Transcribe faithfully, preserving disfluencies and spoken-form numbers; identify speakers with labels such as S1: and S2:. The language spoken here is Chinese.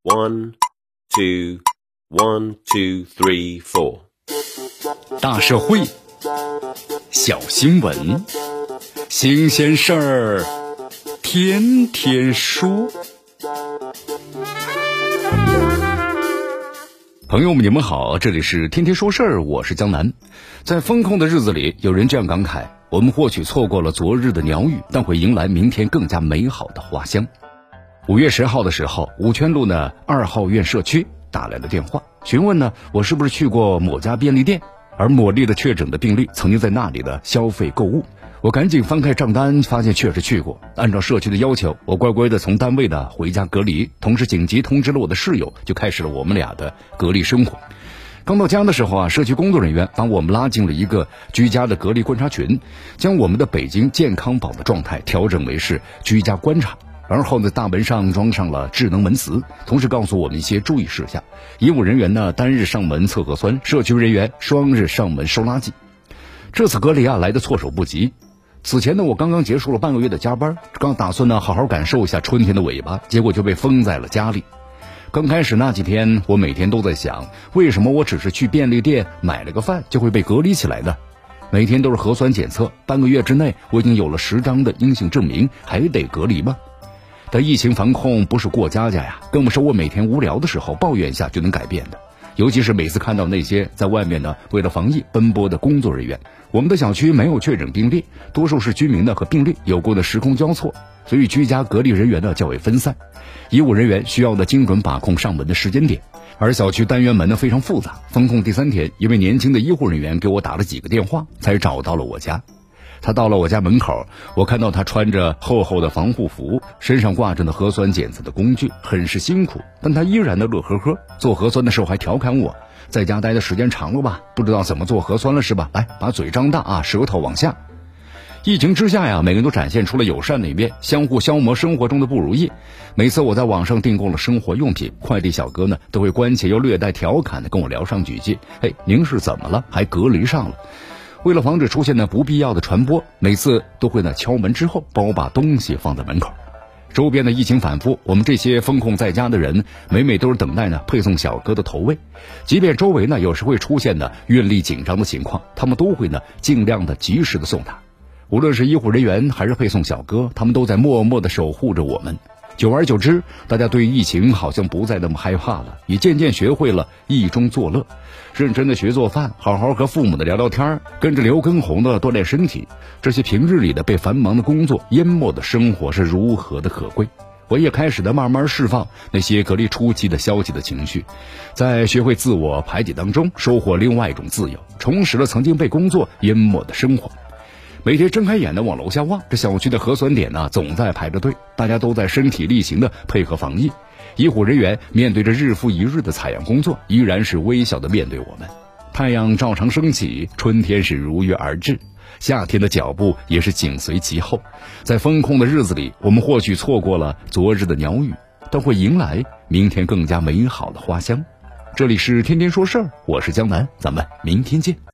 S1: One, two, one, two, three, four。
S2: 大社会，小新闻，新鲜事儿，天天说。朋友们，你们好，这里是天天说事儿，我是江南。在风控的日子里，有人这样感慨：我们或许错过了昨日的鸟语，但会迎来明天更加美好的花香。五月十号的时候，五泉路呢二号院社区打来了电话，询问呢我是不是去过某家便利店，而某例的确诊的病例曾经在那里的消费购物。我赶紧翻开账单，发现确实去过。按照社区的要求，我乖乖的从单位呢回家隔离，同时紧急通知了我的室友，就开始了我们俩的隔离生活。刚到家的时候啊，社区工作人员把我们拉进了一个居家的隔离观察群，将我们的北京健康宝的状态调整为是居家观察。而后在大门上装上了智能门磁，同时告诉我们一些注意事项。医务人员呢单日上门测核酸，社区人员双日上门收垃圾。这次隔离啊来得措手不及。此前呢我刚刚结束了半个月的加班，刚打算呢好好感受一下春天的尾巴，结果就被封在了家里。刚开始那几天，我每天都在想，为什么我只是去便利店买了个饭就会被隔离起来呢？每天都是核酸检测，半个月之内我已经有了十张的阴性证明，还得隔离吗？但疫情防控不是过家家呀，更不是我每天无聊的时候抱怨一下就能改变的。尤其是每次看到那些在外面呢为了防疫奔波的工作人员。我们的小区没有确诊病例，多数是居民呢和病例有过的时空交错，所以居家隔离人员呢较为分散。医务人员需要的精准把控上门的时间点，而小区单元门呢非常复杂。封控第三天，一位年轻的医护人员给我打了几个电话，才找到了我家。他到了我家门口，我看到他穿着厚厚的防护服，身上挂着呢核酸检测的工具，很是辛苦，但他依然的乐呵呵。做核酸的时候还调侃我，在家待的时间长了吧，不知道怎么做核酸了是吧？来，把嘴张大啊，舌头往下。疫情之下呀，每个人都展现出了友善的一面，相互消磨生活中的不如意。每次我在网上订购了生活用品，快递小哥呢都会关切又略带调侃的跟我聊上几句，嘿，您是怎么了？还隔离上了？为了防止出现呢不必要的传播，每次都会呢敲门之后帮我把东西放在门口。周边的疫情反复，我们这些封控在家的人每每都是等待呢配送小哥的投喂。即便周围呢有时会出现呢运力紧张的情况，他们都会呢尽量的及时的送达。无论是医护人员还是配送小哥，他们都在默默的守护着我们。久而久之，大家对于疫情好像不再那么害怕了，也渐渐学会了疫中作乐，认真的学做饭，好好和父母的聊聊天，跟着刘畊宏的锻炼身体。这些平日里的被繁忙的工作淹没的生活是如何的可贵。我也开始的慢慢释放那些隔离初期的消极的情绪，在学会自我排解当中收获另外一种自由，重拾了曾经被工作淹没的生活。每天睁开眼的往楼下望，这小区的核酸点呢总在排着队，大家都在身体力行的配合防疫。医护人员面对着日复一日的采样工作，依然是微笑的面对我们。太阳照常升起，春天是如约而至，夏天的脚步也是紧随其后。在风控的日子里，我们或许错过了昨日的鸟语，但会迎来明天更加美好的花香。这里是天天说事儿，我是江南，咱们明天见。